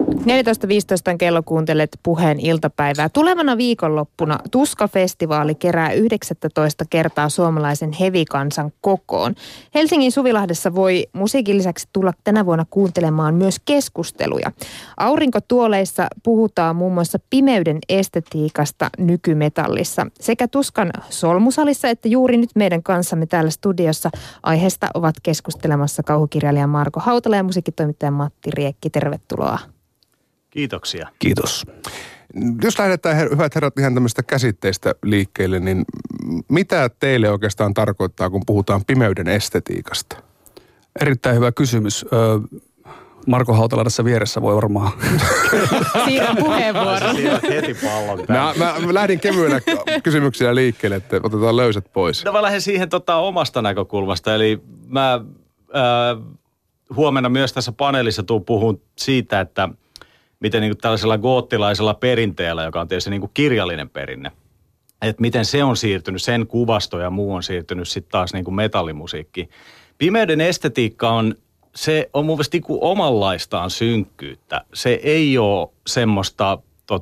14.15 kello kuuntelet Puheen iltapäivää. Tulevana viikonloppuna Tuska-festivaali kerää 19 kertaa suomalaisen hevikansan kokoon. Helsingin Suvilahdessa voi musiikin lisäksi tulla tänä vuonna kuuntelemaan myös keskusteluja. Aurinkotuoleissa puhutaan muun muassa pimeyden estetiikasta nykymetallissa. Sekä Tuskan solmusalissa että juuri nyt meidän kanssamme täällä studiossa aiheesta ovat keskustelemassa kauhukirjailija Marko Hautala ja musiikkitoimittaja Matti Riekki. Tervetuloa. Kiitoksia. Kiitos. Jos lähdetään, hyvät herrat, ihan tämmöistä käsitteistä liikkeelle, niin mitä teille oikeastaan tarkoittaa, kun puhutaan pimeyden estetiikasta? Erittäin hyvä kysymys. Marko Hautala tässä vieressä voi varmaan. Siirrän puheenvuoron. Heti pallon. Mä lähdin kevyillä kysymyksillä liikkeelle, että otetaan löysät pois. No mä lähden siihen omasta näkökulmasta. Eli mä huomenna myös tässä paneelissa puhun siitä, että miten niin kuin tällaisella goottilaisella perinteellä, joka on tietysti niin kuin kirjallinen perinne, että miten se on siirtynyt, sen kuvasto ja muu on siirtynyt sitten taas niin kuin metallimusiikkiin. Pimeyden estetiikka se on mun mielestä niin kuin omanlaistaan synkkyyttä. Se ei ole semmoista,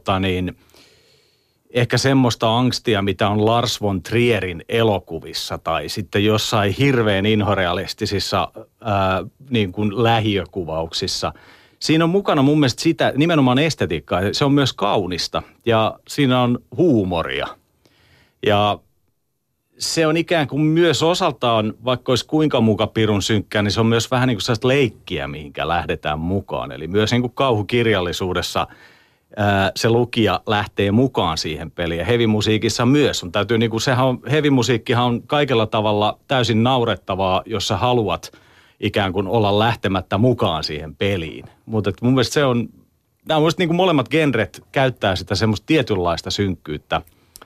ehkä semmoista angstia, mitä on Lars von Trierin elokuvissa tai sitten jossain hirveän inhorealistisissa niin kuin lähiökuvauksissa. Siinä on mukana mun mielestä sitä, nimenomaan estetiikkaa, se on myös kaunista ja siinä on huumoria. Ja se on ikään kuin myös osaltaan, vaikka olisi kuinka muka pirun synkkää, niin se on myös vähän niin kuin sellaista leikkiä, mihinkä lähdetään mukaan. Eli myös niin kuin kauhukirjallisuudessa se lukija lähtee mukaan siihen peliin. Ja hevimusiikissa myös. Hevimusiikkihan on kaikella tavalla täysin naurettavaa, jos sä haluat ikään kuin olla lähtemättä mukaan siihen peliin. Mutta mun mielestä nämä on niin kuin molemmat genret käyttää sitä semmoista tietynlaista synkkyyttä.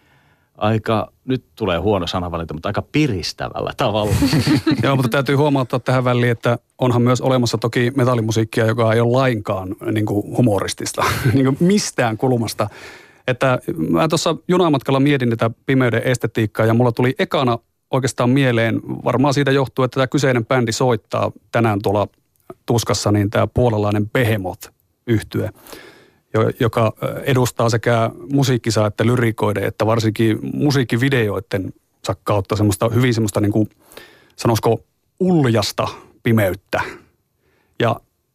Nyt tulee huono sanavalinta, mutta aika piristävällä tavalla. Joo, mutta täytyy huomauttaa tähän väliin, että onhan myös olemassa toki metallimusiikkia, joka ei ole lainkaan niin kuin humoristista, niin kuin mistään kulmasta. Että mä tuossa junamatkalla mietin tätä pimeyden estetiikkaa ja mulla tuli ekana oikeastaan mieleen, varmaan siitä johtuu, että tämä kyseinen bändi soittaa tänään tuolla Tuskassa, niin tämä puolalainen Behemoth-yhtye, joka edustaa sekä musiikkisaa että lyrikoiden, että varsinkin musiikkivideoiden kautta hyvin semmoista niin kuin, sanoisiko, uljasta pimeyttä. Ja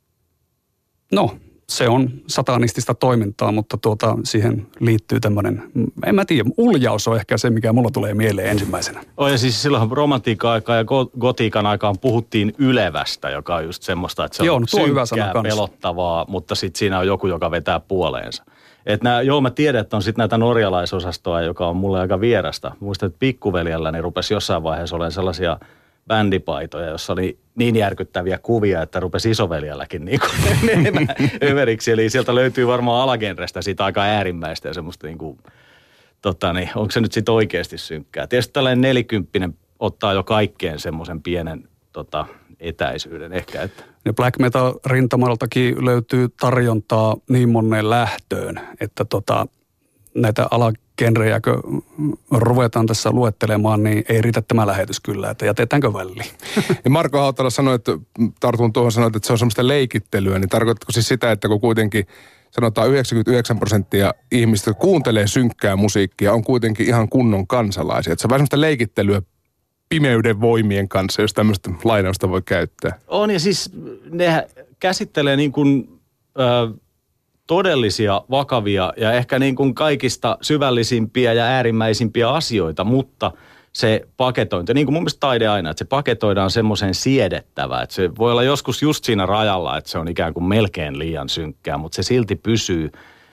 no, se on satanistista toimintaa, mutta siihen liittyy tämmöinen, en mä tiedä, uljaus on ehkä se, mikä mulla tulee mieleen ensimmäisenä. Ja siis silloinhan romantiikan aikaan ja gotiikan aikaan puhuttiin ylevästä, joka on just semmoista, että se on synkkää, pelottavaa, mutta sitten siinä on joku, joka vetää puoleensa. Mä tiedän, että on sitten näitä norjalaisosastoa, joka on mulle aika vierasta. Muistan, että pikkuveljelläni rupesi jossain vaiheessa olemaan sellaisia bändipaitoja, jossa oli niin järkyttäviä kuvia, että rupesi isoveljelläkin niin överiksi. Eli sieltä löytyy varmaan alagenrestä siitä aika äärimmäistä ja semmoista niin kuin, onko se nyt sitten oikeasti synkkää. Tietysti tällainen 40 ottaa jo kaikkeen semmoisen pienen etäisyyden ehkä. Että. Ja black metal rintamaltakin löytyy tarjontaa niin moneen lähtöön, että näitä alagenrejä, kun ruvetaan tässä luettelemaan, niin ei riitä tämä lähetys kyllä, että jätetäänkö väliin. Ja Marko Hautala sanoi, että tartun tuohon sanoit, että se on semmoista leikittelyä, niin tarkoitatko siis sitä, että kun kuitenkin sanotaan 99% ihmistä kuuntelee synkkää musiikkia, on kuitenkin ihan kunnon kansalaisia. Että se on vähän semmoista leikittelyä pimeyden voimien kanssa, jos tämmöistä lainausta voi käyttää. On ja siis ne käsittelee niin kuin todellisia, vakavia ja ehkä niin kuin kaikista syvällisimpiä ja äärimmäisimpiä asioita, mutta se paketointi, niin kuin mun mielestä taide aina, että se paketoidaan semmoiseen siedettävään, että se voi olla joskus just siinä rajalla, että se on ikään kuin melkein liian synkkää, mutta se silti pysyy.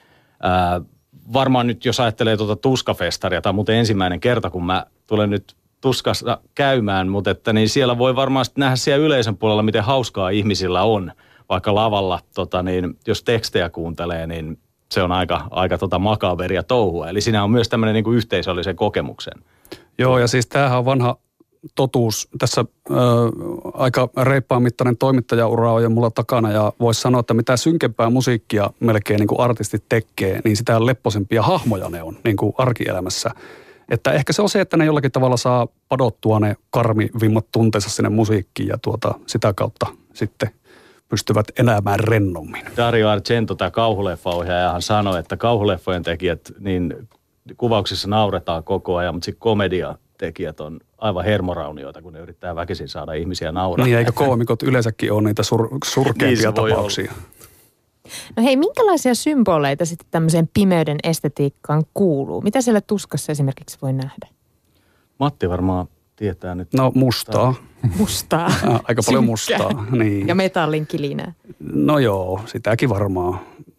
Varmaan nyt, jos ajattelee Tuskafestaria, tämä on muuten ensimmäinen kerta, kun mä tulen nyt Tuskassa käymään, mutta että niin siellä voi varmaan nähdä siellä yleisön puolella, miten hauskaa ihmisillä on, vaikka lavalla, jos tekstejä kuuntelee, niin se on aika makaberia touhua. Eli siinä on myös tämmöinen niin kuin yhteisöllisen kokemuksen. Joo, ja siis tämähän on vanha totuus. Tässä aika reippaan mittainen toimittajaura on jo mulla takana, ja voisi sanoa, että mitä synkempää musiikkia melkein niin kuin artistit tekee, niin sitä lepposempia hahmoja ne on niin kuin arkielämässä. Että ehkä se on se, että ne jollakin tavalla saa padottua ne karmivimmat tunteensa sinne musiikkiin ja sitä kautta sitten pystyvät elämään rennommin. Dario Argento, tämä kauhuleffaohjaajahan sanoi, että kauhuleffojen tekijät, niin kuvauksissa nauretaan koko ajan, mutta sitten komediatekijät on aivan hermoraunioita, kun ne yrittää väkisin saada ihmisiä nauraa. Niin, eikä koomikot yleensäkin ole niitä surkeimpia niin tapauksia. No hei, minkälaisia symboleita sitten tämmöiseen pimeyden estetiikkaan kuuluu? Mitä siellä tuskassa esimerkiksi voi nähdä? Matti varmaan tietää nyt. No mustaa. Mustaa. Aika paljon mustaa. Niin. Ja metallin kilinää. No joo, sitäkin varmaan.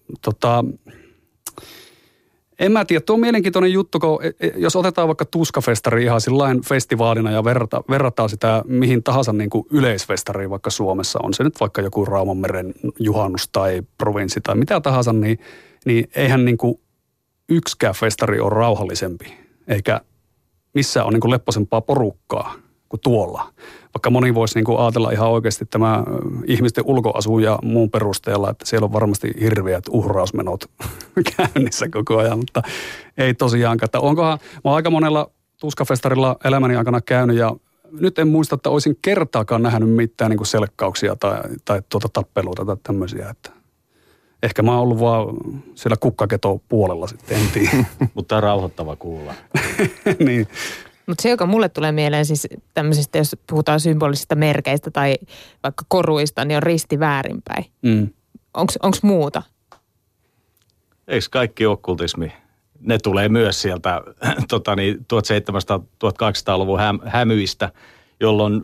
En mä tiedä, tuo on mielenkiintoinen juttu, kun jos otetaan vaikka Tuskafestari ihan sillain festivaalina ja verrataan sitä mihin tahansa niin kuin yleisfestariin vaikka Suomessa, on se nyt vaikka joku Raumanmeren juhannus tai provinssi tai mitä tahansa, niin eihän niin kuin yksikään festari ole rauhallisempi, eikä missään ole niin kuin lepposempaa porukkaa kuin tuolla. Vaikka moni voisi niin kuin ajatella ihan oikeasti tämä ihmisten ulkoasu ja muun perusteella, että siellä on varmasti hirveät uhrausmenot käynnissä koko ajan, mutta ei tosiaankaan. Mä oon aika monella Tuskafestarilla elämäni aikana käynyt ja nyt en muista, että olisin kertaakaan nähnyt mitään niin kuin selkkauksia tai tappeluita tai tämmöisiä, että ehkä mä oon ollut vaan siellä kukkaketo-puolella sitten, en tiedä. Mutta on rauhoittava kuulla. Niin. Mutta se, joka mulle tulee mieleen siis tämmöisistä, jos puhutaan symbolisista merkeistä tai vaikka koruista, niin on risti väärinpäin. Onko muuta? Eikö kaikki okkultismi? Ne tulee myös sieltä 1700-1800-luvun hämyistä, jolloin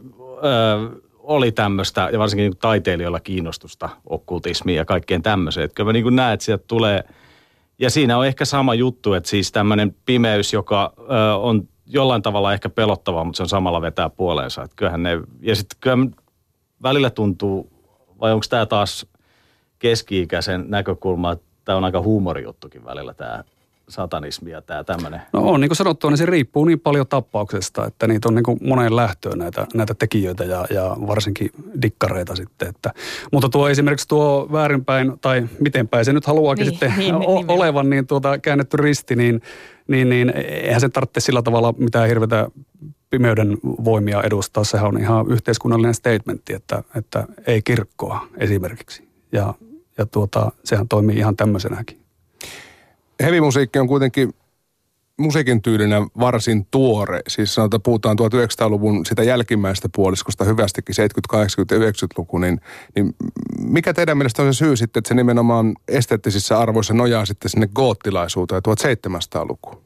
oli tämmöistä, ja varsinkin taiteilijoilla kiinnostusta okkultismiin ja kaikkeen tämmöiseen. Että kyllä mä niin näen, että sieltä tulee, ja siinä on ehkä sama juttu, että siis tämmöinen pimeys, joka on jollain tavalla ehkä pelottavaa, mutta se on samalla vetää puoleensa. Että kyllähän ne, ja sitten kyllä välillä tuntuu, vai onko tämä taas keski-ikäisen näkökulma, että tämä on aika huumorijuttukin välillä tämä satanismi ja tämä tämmöinen. No on, niin kuin sanottu, niin se riippuu niin paljon tappauksesta, että niitä on niin kuin moneen lähtöön näitä tekijöitä ja varsinkin dikkareita sitten. Mutta tuo esimerkiksi tuo väärinpäin, tai mitenpäin se nyt haluaakin sitten olevan, niin käännetty risti, niin eihän se tarvitse sillä tavalla mitään hirveätä pimeyden voimia edustaa. Sehän on ihan yhteiskunnallinen statementti, että ei kirkkoa esimerkiksi. Ja sehän toimii ihan tämmöisenäkin. Heavy-musiikki on kuitenkin musiikin tyylinä varsin tuore. Siis sanotaan, puhutaan 1900-luvun sitä jälkimmäistä puoliskosta hyvästikin, 70-, 80- ja 90-luku. Niin mikä teidän mielestä on se syy sitten, että se nimenomaan esteettisissä arvoissa nojaa sitten sinne goottilaisuuteen 1700-lukuun?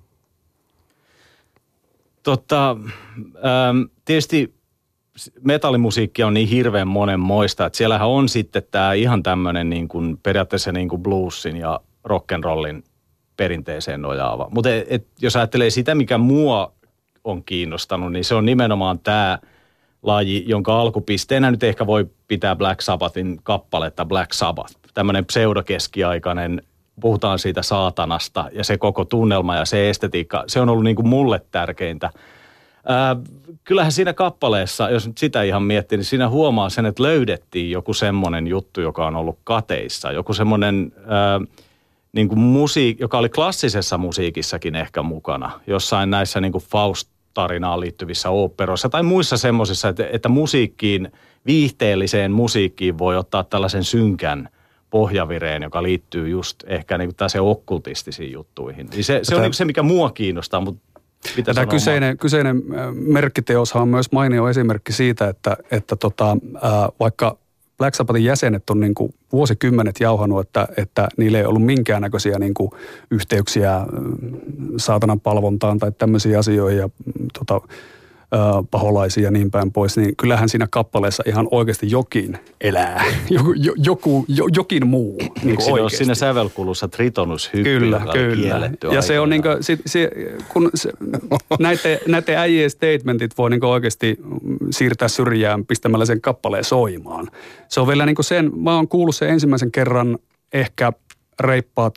Tietysti metallimusiikki on niin hirveän monenmoista, että siellähän on sitten tämä ihan tämmöinen niin kuin periaatteessa niin kuin bluesin ja rock'n'rollin perinteeseen nojaava. Mutta jos ajattelee sitä, mikä mua on kiinnostanut, niin se on nimenomaan tämä laji, jonka alkupisteenä nyt ehkä voi pitää Black Sabbathin kappaletta Black Sabbath. Tämmöinen pseudokeskiaikainen, puhutaan siitä saatanasta ja se koko tunnelma ja se estetiikka, se on ollut niin kuin mulle tärkeintä. Kyllähän siinä kappaleessa, jos nyt sitä ihan miettii, niin siinä huomaa sen, että löydettiin joku semmoinen juttu, joka on ollut kateissa. Joku semmoinen niin kuin joka oli klassisessa musiikissakin ehkä mukana. Jossain näissä niin kuin Faust-tarinaan liittyvissä oopperoissa tai muissa semmoisissa, että musiikkiin, viihteelliseen musiikkiin voi ottaa tällaisen synkän pohjavireen, joka liittyy just ehkä niin kuin tällaiseen okkultistisiin juttuihin. Se on niin se, mikä mua kiinnostaa, mutta tämä kyseinen merkkiteoshan on myös mainio esimerkki siitä, että vaikka Black Sabbathin jäsenet on niin kuin vuosikymmenet jauhanut, että niillä ei ollut minkäännäköisiä niin kuin yhteyksiä saatanan palvontaan tai tämmöisiin asioihin ja paholaisia ja niin päin pois, niin kyllähän siinä kappaleessa ihan oikeasti jokin elää. Jokin muu. Niin kuin oikeasti. Siinä sävelkulussa tritonushyppy, joka oli kielletty. Ja se on niin kuin, kun näiden äijien statementit voi niin kuin oikeasti siirtää syrjään pistämällä sen kappaleen soimaan. Se on vielä niin kuin mä oon kuullut sen ensimmäisen kerran ehkä reippaat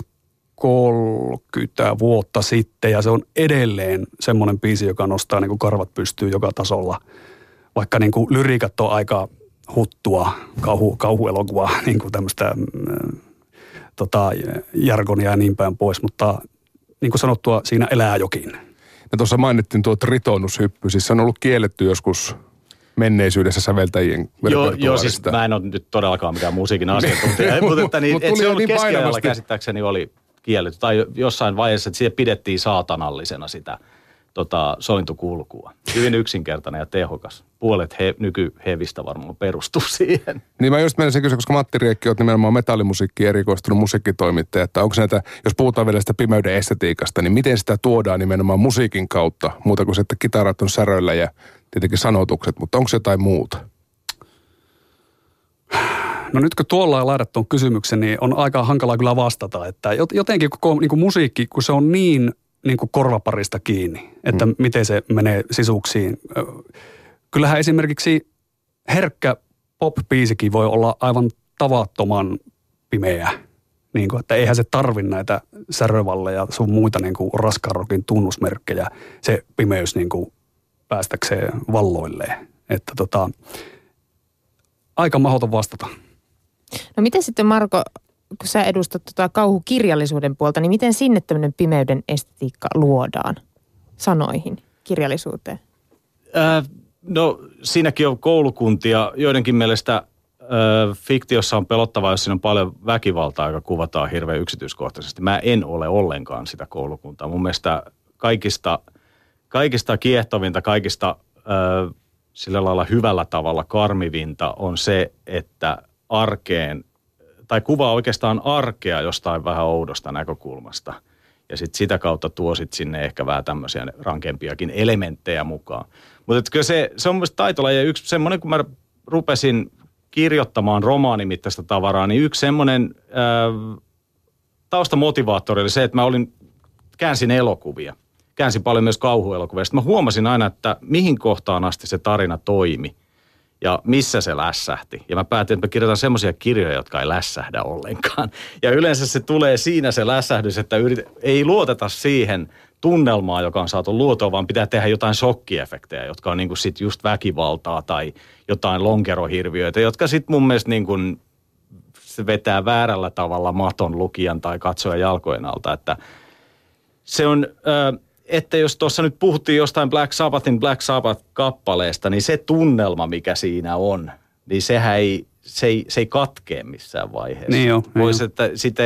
30 vuotta sitten ja se on edelleen semmoinen biisi, joka nostaa niin kuin karvat pystyyn joka tasolla. Vaikka niin kuin lyriikat on aika huttua, kauhuelokuvaa, niin kuin tämmöistä jargonia ja niin päin pois, mutta niin kuin sanottua, siinä elää jokin. Ja tuossa mainittiin tuo tritonushyppy, siis se on ollut kielletty joskus menneisyydessä säveltäjien repertuaarista. Joo, siis mä en ole nyt todellakaan mikään musiikin asiantuntija, mutta niin, että se on niin keskiajalla käsittääkseni oli kielletty, tai jossain vaiheessa, että siitä pidettiin saatanallisena sitä sointukulkua. Hyvin yksinkertainen ja tehokas. Puolet nykyhevistä varmaan perustuu siihen. Niin mä just menisin kysyä, koska Matti Riekki on nimenomaan metallimusiikkiin erikoistunut musiikkitoimittaja, että onko näitä, jos puhutaan vielä sitä pimeyden estetiikasta, niin miten sitä tuodaan nimenomaan musiikin kautta, muuta kuin se, että kitarat on säröillä ja tietenkin sanotukset, mutta onko se jotain muuta? No nyt kun tuolla laitat tuon kysymyksen, niin on aika hankalaa kyllä vastata, että jotenkin koko niin kuin musiikki, kun se on niin kuin korvaparista kiinni, että miten se menee sisuksiin. Kyllähän esimerkiksi herkkä pop-biisikin voi olla aivan tavattoman pimeä. Niin kuin, että eihän se tarvi näitä särövalleja ja sun muita niin kuin raskaan rockin tunnusmerkkejä, se pimeys niin kuin päästäkseen valloilleen. Että aika mahdoton vastata. No miten sitten Marko, kun sä edustat kauhukirjallisuuden puolta, niin miten sinne tämmöinen pimeyden estetiikka luodaan sanoihin, kirjallisuuteen? No siinäkin on koulukuntia. Joidenkin mielestä fiktiossa on pelottavaa, jos siinä on paljon väkivaltaa, joka kuvataan hirveän yksityiskohtaisesti. Mä en ole ollenkaan sitä koulukuntaa. Mun mielestä kaikista kiehtovinta, kaikista sillä lailla hyvällä tavalla karmivinta on se, että kuvaa oikeastaan arkea jostain vähän oudosta näkökulmasta. Ja sitten sitä kautta tuo sinne ehkä vähän tämmöisiä rankempiakin elementtejä mukaan. Mutta kyllä se on mun mielestä taitolaji. Yksi semmoinen, kun mä rupesin kirjoittamaan romaanimittaista tavaraa, niin yksi semmoinen taustamotivaattori oli se, että mä käänsin elokuvia. Käänsin paljon myös kauhuelokuvia. Sitten mä huomasin aina, että mihin kohtaan asti se tarina toimi ja missä se lässähti. Ja mä päätin, että mä kirjoitan semmoisia kirjoja, jotka ei lässähdä ollenkaan. Ja yleensä se tulee siinä se lässähdys, että ei luoteta siihen tunnelmaan, joka on saatu luotua, vaan pitää tehdä jotain shokkiefektejä, jotka on niin kuin sit just väkivaltaa tai jotain lonkerohirviöitä, jotka sitten mun mielestä niin kuin se vetää väärällä tavalla maton lukijan tai katsojan jalkojen alta. Että se on, että jos tuossa nyt puhuttiin jostain Black Sabbathin Black Sabbath-kappaleesta, niin se tunnelma, mikä siinä on, niin sehän ei katkee missään vaiheessa. Niin jo, Voisi, että sitä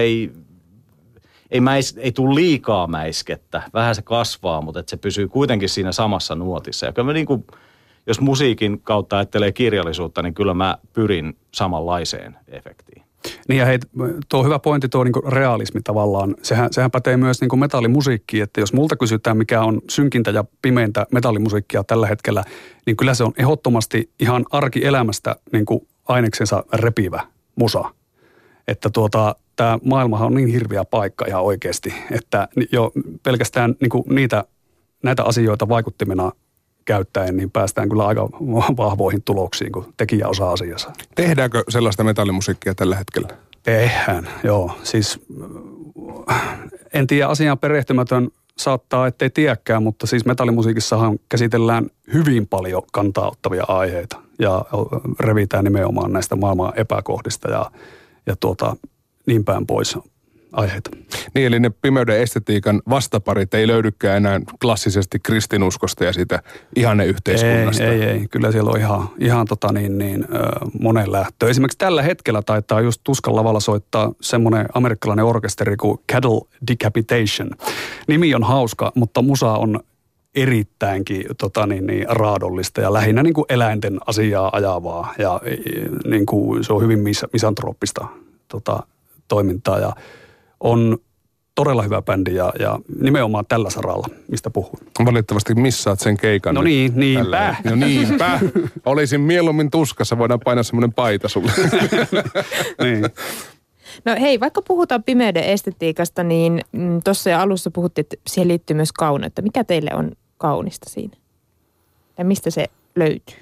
ei tule liikaa mäiskettä. Vähän se kasvaa, mutta että se pysyy kuitenkin siinä samassa nuotissa. Ja kyllä niin kuin, jos musiikin kautta ajattelee kirjallisuutta, niin kyllä mä pyrin samanlaiseen efektiin. Niin ja hei, tuo on hyvä pointti, tuo niin kuin realismi tavallaan. Sehän pätee myös niin kuin metallimusiikkiin, että jos multa kysytään, mikä on synkintä ja pimeintä metallimusiikkia tällä hetkellä, niin kyllä se on ehdottomasti ihan arkielämästä niin kuin aineksensa repivä musa. Että tämä maailmahan on niin hirveä paikka ihan oikeasti, että jo pelkästään niin kuin näitä asioita vaikuttimena käyttäen, niin päästään kyllä aika vahvoihin tuloksiin, kun tekijä osaa asiassa. Tehdäänkö sellaista metallimusiikkia tällä hetkellä? Tehdään, joo. Siis en tiedä, asiaan perehtymätön saattaa, ettei tiedäkään, mutta siis metallimusiikissahan käsitellään hyvin paljon kantaa ottavia aiheita ja revitään nimenomaan näistä maailman epäkohdista ja niin päin pois aiheita. Niin, eli ne pimeyden estetiikan vastaparit ei löydykään enää klassisesti kristinuskosta ja sitä ihanneyhteiskunnasta. Ei. Kyllä siellä on ihan monen lähtö. Esimerkiksi tällä hetkellä taitaa just Tuskan lavalla soittaa semmoinen amerikkalainen orkesteri kuin Cattle Decapitation. Nimi on hauska, mutta musa on erittäinkin raadollista ja lähinnä niin kuin eläinten asiaa ajavaa ja niin kuin se on hyvin misantrooppista toimintaa ja on todella hyvä bändi ja nimenomaan tällä saralla, mistä puhun. Valitettavasti missaat sen keikan. No niin, niinpä. No niinpä. Olisin mieluummin tuskassa, voidaan painaa semmoinen paita sulle. Niin. No hei, vaikka puhutaan pimeyden estetiikasta, niin tuossa jo alussa puhuttiin, että siihen liittyy myös kauneutta. Mikä teille on kaunista siinä? Ja mistä se löytyy?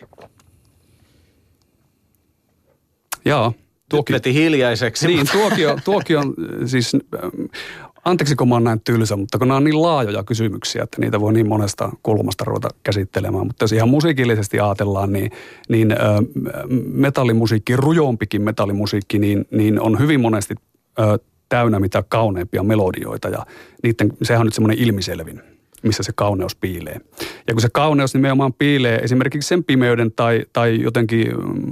Joo. Tuokin veti hiljaiseksi. Niin, tuokin on siis, anteeksi kun mä oon näin tylsä, mutta kun nämä on niin laajoja kysymyksiä, että niitä voi niin monesta kulmasta ruveta käsittelemään. Mutta jos ihan musiikillisesti ajatellaan, niin metallimusiikki, rujompikin metallimusiikki, niin on hyvin monesti täynnä mitä kauneimpia melodioita ja sehän on nyt semmoinen ilmiselvin. missä se kauneus piilee. Ja kun se kauneus nimenomaan piilee esimerkiksi sen pimeyden tai jotenkin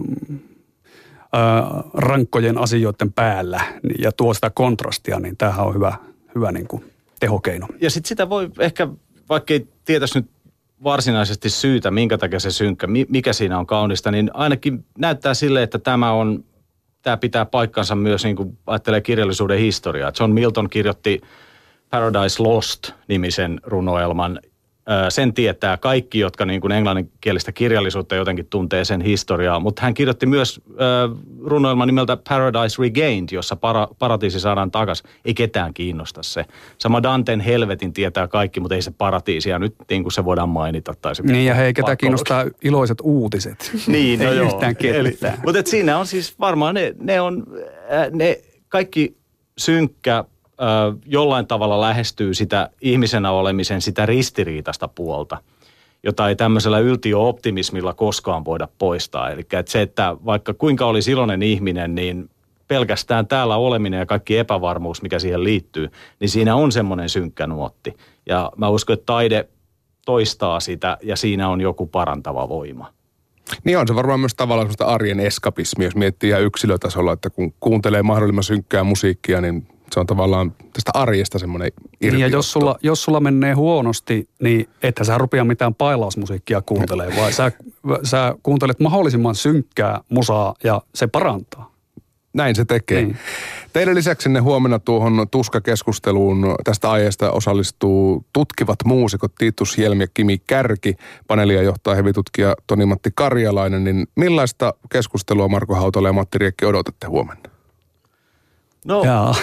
rankkojen asioiden päällä ja tuo sitä kontrastia, niin tämähän on hyvä niin kuin tehokeino. Ja sitten sitä voi ehkä, vaikka ei tietäisi nyt varsinaisesti syytä, minkä takia se synkkä, mikä siinä on kaunista, niin ainakin näyttää sille, että tämä pitää paikkansa myös, niin kuin ajattelee kirjallisuuden historiaa. John Milton kirjoitti Paradise Lost-nimisen runoelman. Sen tietää kaikki, jotka niin kuin englanninkielistä kirjallisuutta jotenkin tuntee sen historiaa, mutta hän kirjoitti myös runoelman nimeltä Paradise Regained, jossa paratiisi saadaan takaisin. Ei ketään kiinnosta se. Sama Danten Helvetin tietää kaikki, mutta ei se paratiisia nyt niin kuin se voidaan mainita. Tai se niin ja hei, ketä kiinnostaa iloiset uutiset. Niin, no ei joo. yhtään ketään. Mutta siinä on siis varmaan ne kaikki synkkä jollain tavalla lähestyy sitä ihmisenä olemisen sitä ristiriitaista puolta, jota ei tämmöisellä yltiöoptimismilla koskaan voida poistaa. Eli että vaikka kuinka olisi iloinen ihminen, niin pelkästään täällä oleminen ja kaikki epävarmuus, mikä siihen liittyy, niin siinä on semmoinen synkkä nuotti. Ja mä uskon, että taide toistaa sitä ja siinä on joku parantava voima. Niin on se varmaan myös tavallaan semmoista arjen eskapismia, jos miettii ihan yksilötasolla, että kun kuuntelee mahdollisimman synkkää musiikkia, niin se on tavallaan tästä arjesta semmoinen irtiotto. Niin ja jos sulla menee huonosti, niin ethän sä rupea mitään pailausmusiikkia kuuntelemaan, vaan sä kuuntelet mahdollisimman synkkää musaa ja se parantaa. Näin se tekee. Niin. Teidän lisäksi huomenna tuohon tuskakeskusteluun tästä aiheesta osallistuu tutkivat muusikot Titus Hjelm ja Kimi Kärki. Paneelia johtaa hevitutkija Toni-Matti Karjalainen. Niin millaista keskustelua Marko Hautala ja Matti Riekki odotatte huomenna? No,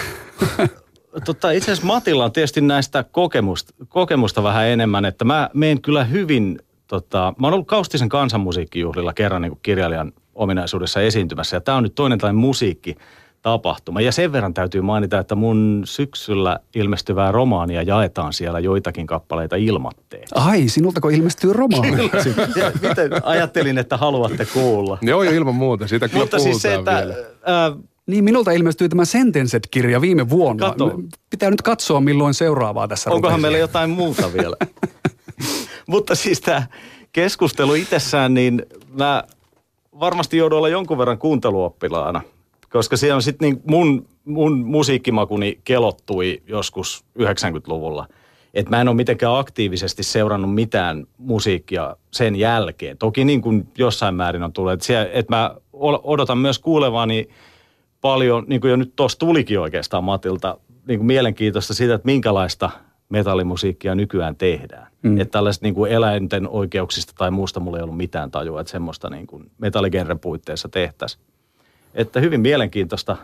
itse asiassa Matilla on tietysti näistä kokemusta vähän enemmän, että mä menen kyllä hyvin, mä oon ollut Kaustisen kansanmusiikkijuhlilla kerran niin kuin kirjailijan ominaisuudessa esiintymässä, ja tää on nyt toinen tällainen musiikkitapahtuma. Ja sen verran täytyy mainita, että mun syksyllä ilmestyvää romaania jaetaan siellä joitakin kappaleita ilmatteeksi. Ai, sinultako ilmestyy romaani? Miten ajattelin, että haluatte kuulla? Joo, ilman muuta, siitä kyllä mutta puhutaan siis se, että, vielä. Niin, minulta ilmestyi tämä Sentenced-kirja viime vuonna. Kato. Pitää nyt katsoa, milloin seuraavaa tässä onkohan meillä jotain muuta vielä? Mutta siis tämä keskustelu itsessään, niin mä varmasti joudun olla jonkun verran kuunteluoppilaana. Koska siellä on sitten niin mun musiikkimakuni kelottui joskus 90-luvulla. Että mä en ole mitenkään aktiivisesti seurannut mitään musiikkia sen jälkeen. Toki niin kuin jossain määrin on tullut. Että mä odotan myös kuulevani paljon, niin kuin jo nyt tuossa tulikin oikeastaan Matilta, niin kuin mielenkiintoista siitä, että minkälaista metallimusiikkia nykyään tehdään. Että tällaisista niin kuin eläinten oikeuksista tai muusta mulla ei ollut mitään tajua, että semmoista niin kuin metalligenren puitteissa tehtäisiin. Että hyvin mielenkiintoista.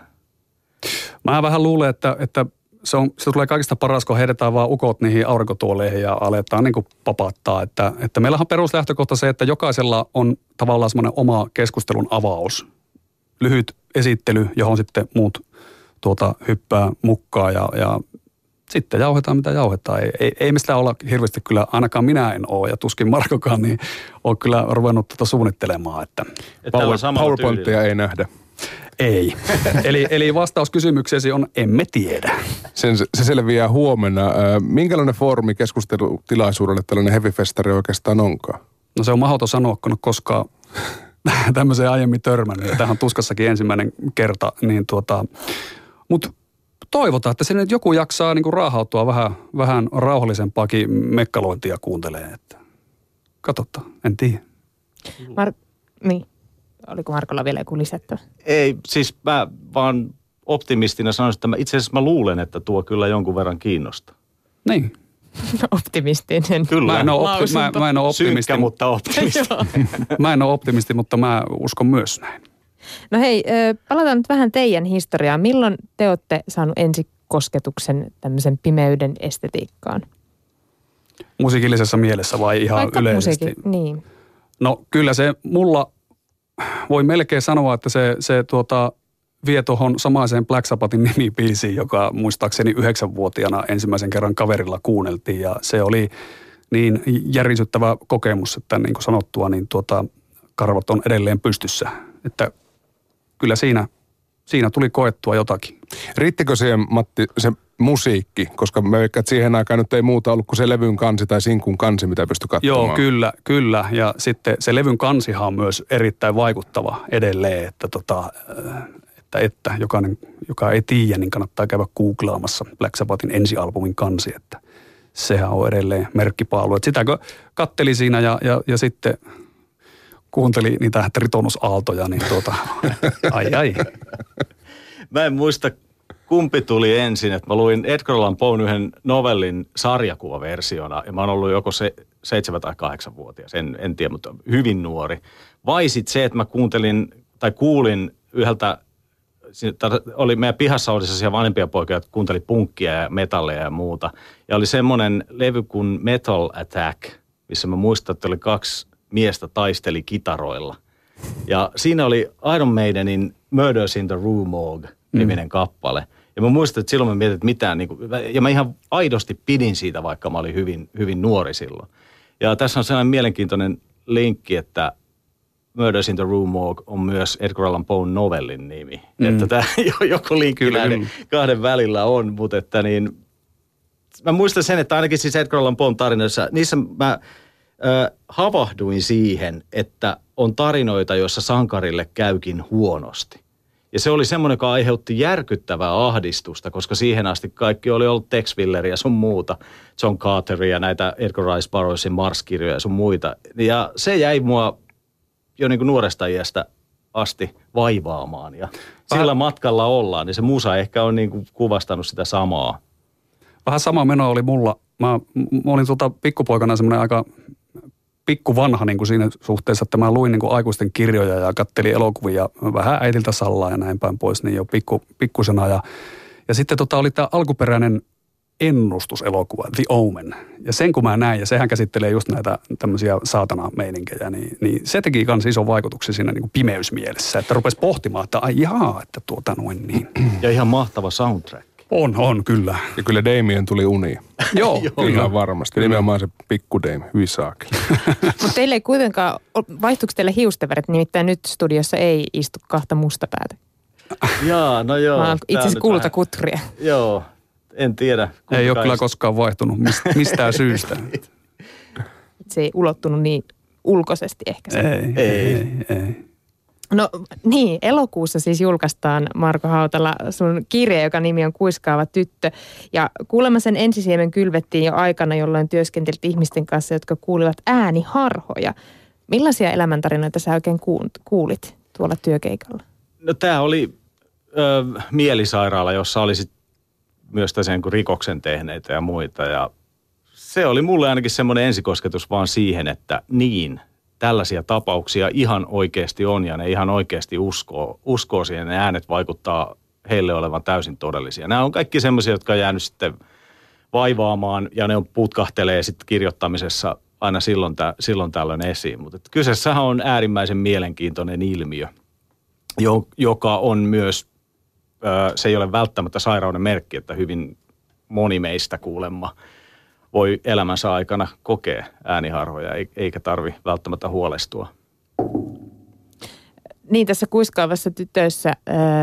Mä vähän luulen, että se tulee kaikista paras, kun heitetään vaan ukot niihin aurinkotuoleihin ja aletaan niin kuin papattaa. Että meillähän on peruslähtökohta se, että jokaisella on tavallaan semmoinen oma keskustelun avaus. Lyhyt esittely, johon sitten muut hyppää mukaan ja sitten jauhetaan mitä jauhetaan. Ei me sitä olla hirveästi kyllä, ainakaan minä en ole ja tuskin Markokaan, niin on kyllä ruvennut suunnittelemaan. Että PowerPointteja ei nähdä. Ei. eli vastaus kysymykseesi on emme tiedä. Se selviää huomenna. Minkälainen foorumi keskustelutilaisuudelle tällainen heavy-festari oikeastaan onkaan? No se on mahdoton sanoa, kun on koskaan tämmöiseen aiemmin törmännyt. Ja tämähän on tuskassakin ensimmäinen kerta. Niin mutta toivotaan, että sinne joku jaksaa niinku raahautua vähän rauhallisempaakin mekkalointia kuuntelee. Että katsotaan, en tiedä. Niin. Oliko Markolla vielä joku lisättävä? Ei, siis mä vaan optimistina sanoisin, että itse asiassa mä luulen, että tuo kyllä jonkun verran kiinnostaa. Niin. Optimistinen. Kyllä. Mä en ole optimisti. Synkkä, mutta optimisti. Mä en ole optimisti, mutta mä uskon myös näin. No hei, palataan nyt vähän teidän historiaan. Milloin te olette saanut ensikosketuksen tämmöisen pimeyden estetiikkaan? Musiikillisessa mielessä vai ihan vaikka yleisesti? Niin. No kyllä se mulla, voi melkein sanoa, että se vie tuohon samaiseen Black Sabbathin nimibiisiin, joka muistaakseni 9-vuotiaana ensimmäisen kerran kaverilla kuunneltiin. Ja se oli niin järisyttävä kokemus, että niin kuin sanottua, niin karvat on edelleen pystyssä. Että kyllä siinä tuli koettua jotakin. Riittikö siihen, Matti, se musiikki, koska mä veikkaan, että siihen aikaan nyt ei muuta ollut kuin se levyn kansi tai sinkun kansi, mitä pystyi katsomaan. Joo, kyllä. Ja sitten se levyn kansihan on myös erittäin vaikuttava edelleen, että jokainen, joka ei tiedä, niin kannattaa käydä googlaamassa Black Sabbathin ensialbumin kansi, että sehän on edelleen merkkipaalu. Että sitä kun katteli siinä ja sitten kuunteli niitä tritonusaaltoja, niin ai. Mä en muista, kumpi tuli ensin, että mä luin Edgar Allan Poen yhden novellin sarjakuvaversiona, ja mä oon ollut joko 7 tai 8-vuotias, en tiedä, mutta hyvin nuori. Vai sitten se, että mä kuulin yhdeltä, meidän pihassa oli sellaisia vanhempia poikia, jotka kuunteli punkkia ja metalleja ja muuta. Ja oli semmoinen levy kuin Metal Attack, missä mä muistan, että oli 2 miestä taisteli kitaroilla. Ja siinä oli Iron Maidenin Murders in the Rue Morgue-niminen kappale. Ja mä muistan, että silloin mä mietin, että mitään, ja mä ihan aidosti pidin siitä, vaikka mä olin hyvin, hyvin nuori silloin. Ja tässä on sellainen mielenkiintoinen linkki, että Murders in the Rue Morgue on myös Edgar Allan Poen novellin nimi. Että tämä joku linkki näiden kahden välillä on, mutta että mä muistan sen, että ainakin siis Edgar Allan Poen tarinoissa, niissä mä havahduin siihen, että on tarinoita, joissa sankarille käykin huonosti. Ja se oli semmoinen, joka aiheutti järkyttävää ahdistusta, koska siihen asti kaikki oli ollut Tex Willeria ja sun muuta, John Carteria, näitä Edgar Rice Burroughsin Mars-kirjoja ja sun muita. Ja se jäi mua jo niin kuin nuoresta iästä asti vaivaamaan. Ja sillä matkalla ollaan, niin se musa ehkä on niin kuin kuvastanut sitä samaa. Vähän sama meno oli mulla. Mä olin pikkupoikana semmoinen aika pikkuvanha niin kuin siinä suhteessa, että mä luin niin kuin aikuisten kirjoja ja kattelin elokuvia vähän äitiltä Sallaa ja näin päin pois, niin jo pikkusena. Ja sitten oli tämä alkuperäinen ennustuselokuva, The Omen. Ja sen kun mä näin, ja sehän käsittelee just näitä tämmöisiä saatana-meininkejä, niin se teki kans ison vaikutuksen siinä niin kuin pimeysmielessä, että rupesi pohtimaan, että ai jaa, että noin niin. Ja ihan mahtava soundtrack. On, kyllä. Ja kyllä Damien tuli uniin. Joo, kyllä varmasti. Kyllä. Nimenomaan se pikku Dame, hyvin saakeli. Mutta teille ei kuitenkaan, vaihtuuko teille hiustenvärit? Nimittäin nyt studiossa ei istu 2 mustapäätä. Jaa, no joo. Mä oon itse asiassa kultakutria. Joo, en tiedä. Ei ole kyllä koskaan vaihtunut mistään syystä. Se ei ulottunut niin ulkoisesti ehkä. Ei. No niin, elokuussa siis julkaistaan, Marko Hautala, sun kirja, joka nimi on Kuiskaava tyttö. Ja kuulemma sen ensisiemen kylvettiin jo aikana, jolloin työskentelit ihmisten kanssa, jotka kuulivat ääniharhoja. Millaisia elämäntarinoita sä oikein kuulit tuolla työkeikalla? No tää oli mielisairaala, jossa oli sit myös tässä niin kuin rikoksen tehneitä ja muita. Ja se oli mulle ainakin semmoinen ensikosketus vaan siihen, että tällaisia tapauksia ihan oikeasti on ja ne ihan oikeasti uskoo siihen. Ne äänet vaikuttaa heille olevan täysin todellisia. Nämä on kaikki semmoisia, jotka on jäänyt sitten vaivaamaan ja ne putkahtelee sitten kirjoittamisessa aina silloin tällöin esiin. Mutta kyseessähän on äärimmäisen mielenkiintoinen ilmiö, joka on myös, se ei ole välttämättä sairauden merkki, että hyvin moni meistä kuulemma voi elämänsä aikana kokea ääniharhoja, eikä tarvi välttämättä huolestua. Niin, tässä Kuiskaavassa tytössä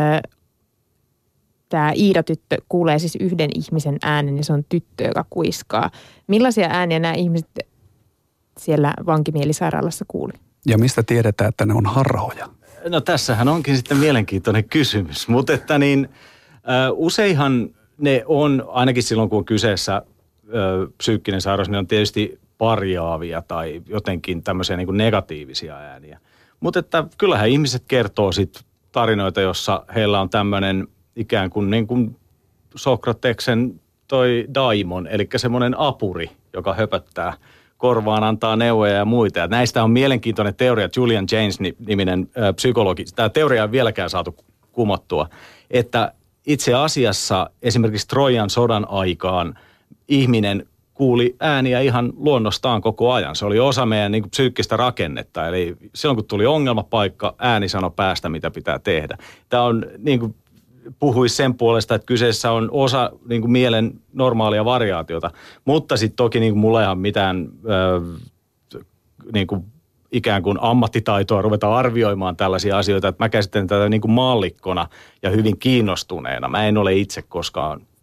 tämä Iida-tyttö kuulee siis yhden ihmisen äänen ja se on tyttö, joka kuiskaa. Millaisia ääniä nämä ihmiset siellä vankimielisairaalassa kuuli? Ja mistä tiedetään, että ne on harhoja? No tässähän onkin sitten mielenkiintoinen kysymys, mutta että useinhan ne on, ainakin silloin kun on kyseessä psyykkinen sairaus, ne on tietysti parjaavia tai jotenkin tämmöisiä niin kuin negatiivisia ääniä. Mutta että kyllähän ihmiset kertoo sitten tarinoita, jossa heillä on tämmöinen ikään kuin Sokrateksen toi daimon, eli semmoinen apuri, joka höpöttää korvaan, antaa neuvoja ja muita. Ja näistä on mielenkiintoinen teoria, Julian Jaynes-niminen psykologi. Tämä teoria ei vieläkään saatu kumottua, että itse asiassa esimerkiksi Trojan sodan aikaan ihminen kuuli ääniä ihan luonnostaan koko ajan. Se oli osa meidän niin kuin psyykkistä rakennetta. Eli silloin kun tuli ongelmapaikka, ääni sanoi päästä, mitä pitää tehdä. Tämä on niin kuin puhuisi sen puolesta, että kyseessä on osa niin kuin mielen normaalia variaatiota. Mutta sitten toki niin kuin mulla ei ole mitään niin kuin ikään kuin ammattitaitoa ruveta arvioimaan tällaisia asioita. Että mä käsittelen tätä niin kuin maallikkona ja hyvin kiinnostuneena. Mä en ole itse koskaan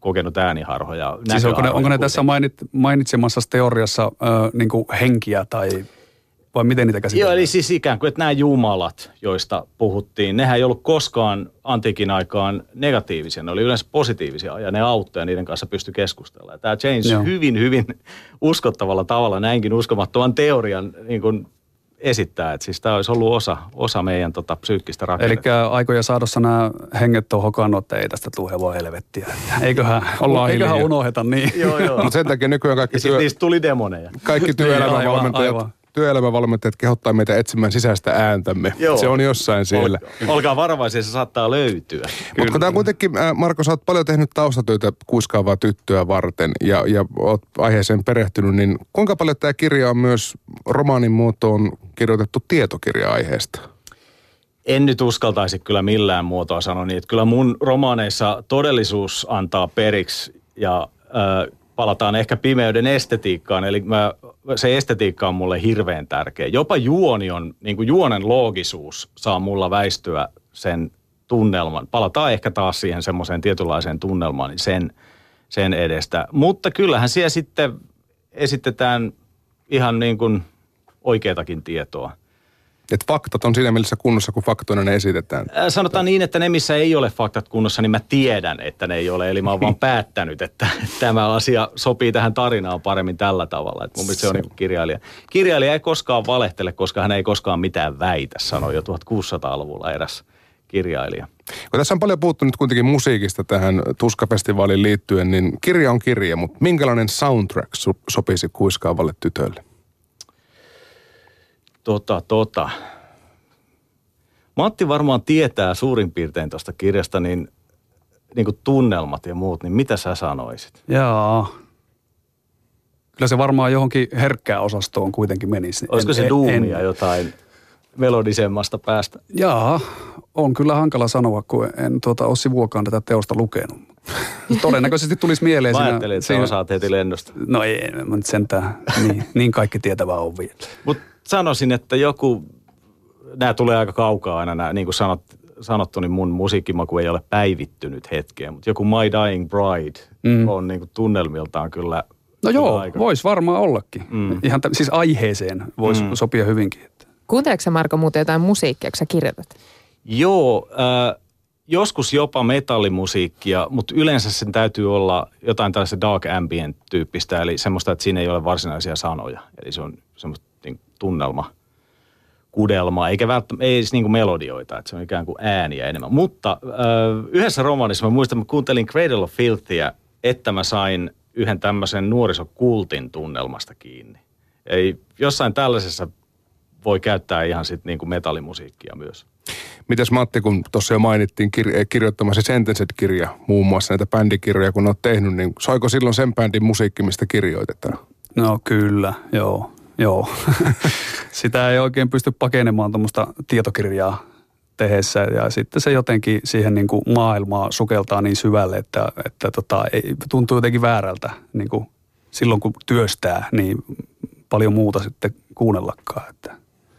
kokenut ääniharhoja. Siis onko ne tässä mainitsemassa teoriassa niin kuin henkiä tai vai miten niitä käsitellään? Joo, eli siis ikään kuin, että nämä jumalat, joista puhuttiin, nehän ei ollut koskaan antiikin aikaan negatiivisia. Ne oli yleensä positiivisia ja ne auttoi ja niiden kanssa pystyi keskustelemaan. Tämä James hyvin, hyvin uskottavalla tavalla näinkin uskomattoman teorian niin kuin esittää, että siis tämä olisi ollut osa meidän psyykkistä rakennetta. Eli aikoja saadossa nämä henget on hokannut, että ei tästä tule hevoa helvettiä. Eiköhän unoheta niin. Joo. Mutta sen takia nykyään kaikki niistä tuli demoneja. Kaikki työelämävalmentajat kehottaa meitä etsimään sisäistä ääntämme. Joo. Se on jossain siellä. Olkaa varovaisia, se saattaa löytyä. Mutta kun tämä kuitenkin, Marko, sä oot paljon tehnyt taustatyötä kuiskaavaa tyttöä varten ja oot aiheeseen perehtynyt, niin kuinka paljon tämä kirja on myös romaanin muotoon kirjoitettu tietokirja aiheesta? En nyt uskaltaisi kyllä millään muotoa sanoa niin, että kyllä mun romaaneissa todellisuus antaa periksi ja palataan ehkä pimeyden estetiikkaan, eli se estetiikka on mulle hirveän tärkeä. Jopa juoni on, niin kuin juonen loogisuus saa mulla väistyä sen tunnelman. Palataan ehkä taas siihen semmoiseen tietynlaiseen tunnelmaan, niin sen edestä. Mutta kyllähän siellä sitten esitetään ihan niin kuin oikeatakin tietoa. Että faktat on siinä mielessä kunnossa, kun faktoina ne esitetään. Sanotaan niin, että ne, missä ei ole faktat kunnossa, niin mä tiedän, että ne ei ole. Eli mä oon vaan päättänyt, että tämä asia sopii tähän tarinaan paremmin tällä tavalla. Että mun mielestä se on niin kuin kirjailija. Kirjailija ei koskaan valehtele, koska hän ei koskaan mitään väitä, sanoi jo 1600-luvulla eräs kirjailija. Kun tässä on paljon puhuttu nyt kuitenkin musiikista tähän Tuska-festivaaliin liittyen, niin kirja on kirja, mutta minkälainen soundtrack sopisi kuiskaavalle tytölle? Matti varmaan tietää suurin piirtein tuosta kirjasta niin kuin tunnelmat ja muut, niin mitä sä sanoisit? Jaa. Kyllä se varmaan johonkin herkkään osastoon kuitenkin menisi. Olisiko se duumia jotain melodisemmasta päästä? Jaa, on kyllä hankala sanoa, kun en ole sivuakaan tätä teosta lukenut. Todennäköisesti tulisi mieleen. Mä ajattelin, että sä osaat heti lennosta. No ei, mä nyt sentään niin kaikki tietävä on vielä. Mutta sanoisin, että nämä tulee aika kaukaa aina, niin kuin sanottu, niin mun musiikkimaku ei ole päivittynyt hetkeen, mutta joku My Dying Bride on niin kuin tunnelmiltaan kyllä. No joo, voisi varmaan ollakin. Ihan siis aiheeseen voisi sopia hyvinkin. Kuunteleeko sä, Marko, muuten jotain musiikkia, kun sä kirjoitat? Joo, joskus jopa metallimusiikkia, mutta yleensä sen täytyy olla jotain tällaista dark ambient-tyyppistä, eli semmoista, että siinä ei ole varsinaisia sanoja. Eli se on semmoista niin tunnelma, kudelmaa, eikä välttämättä, ei niin kuin melodioita, että se on ikään kuin ääniä enemmän. Mutta yhdessä romaanissa mä muistan, mä kuuntelin Cradle of Filthiä, että mä sain yhden tämmöisen nuorisokultin tunnelmasta kiinni. Eli jossain tällaisessa voi käyttää ihan sitten niin kuin metallimusiikkia myös. Mites Matti, kun tuossa jo mainittiin kirjoittamasi Sentenced-kirja, muun muassa näitä bändikirjoja, kun olet tehnyt, niin soiko silloin sen bändin musiikki, mistä kirjoitetaan? No kyllä, joo. Sitä ei oikein pysty pakenemaan tuommoista tietokirjaa tehdessä ja sitten se jotenkin siihen niin kuin maailmaa sukeltaa niin syvälle, että ei, tuntuu jotenkin väärältä niin kuin silloin kun työstää, niin paljon muuta sitten kuunnellakaan, että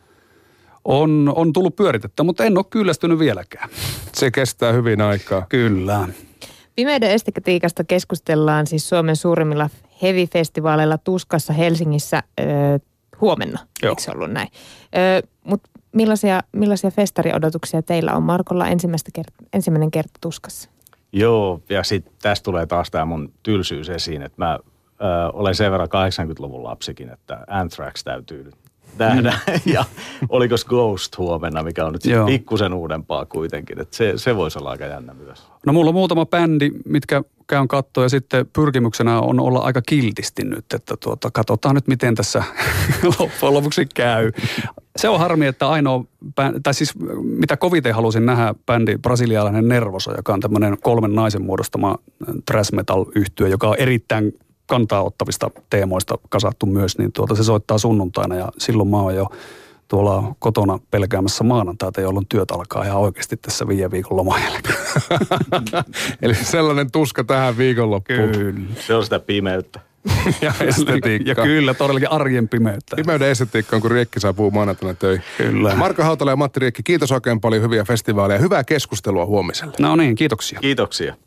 on tullut pyöritettä, mutta en ole kyllästynyt vieläkään. Se kestää hyvin aikaa. Kyllä. Pimeyden estetiikasta keskustellaan siis Suomen suurimmilla heavy-festivaaleilla Tuskassa Helsingissä huomenna. Joo. Eikö se ollut näin? Mutta millaisia festariodotuksia teillä on, Markolla, ensimmäinen kerta Tuskassa? Joo, ja sitten tästä tulee taas tämä mun tylsyys esiin, että mä olen sen verran 80-luvun lapsikin, että Anthrax täytyy nyt nähdä. Ja olikos Ghost huomenna, mikä on nyt pikkusen uudempaa kuitenkin. Että se voisi olla aika jännä myös. No mulla on muutama bändi, mitkä käyn katsoa ja sitten pyrkimyksenä on olla aika kiltisti nyt, että katsotaan nyt miten tässä loppujen lopuksi käy. Se on harmi, että ainoa, tai siis mitä koviten halusin nähdä bändi, brasilialainen Nervoso, joka on tämmöinen 3 naisen muodostama thrash metal-yhtye, joka on erittäin kantaa ottavista teemoista kasattu myös, niin se soittaa sunnuntaina ja silloin mä oon jo tuolla kotona pelkäämässä maanantaita, jolloin työt alkaa ihan oikeasti tässä 5 viikon loman jälkeen. Eli sellainen tuska tähän viikonloppuun. Kyllä. Se on sitä pimeyttä. Ja estetiikka. Ja kyllä, todellakin arjen pimeyttä. Pimeyden estetiikka on, kun Riekki saapuu maanantaina töihin. Kyllä. Marko Hautala ja Matti Riekki, kiitos oikein paljon, hyviä festivaaleja, hyvää keskustelua huomiselle. No niin, kiitoksia. Kiitoksia.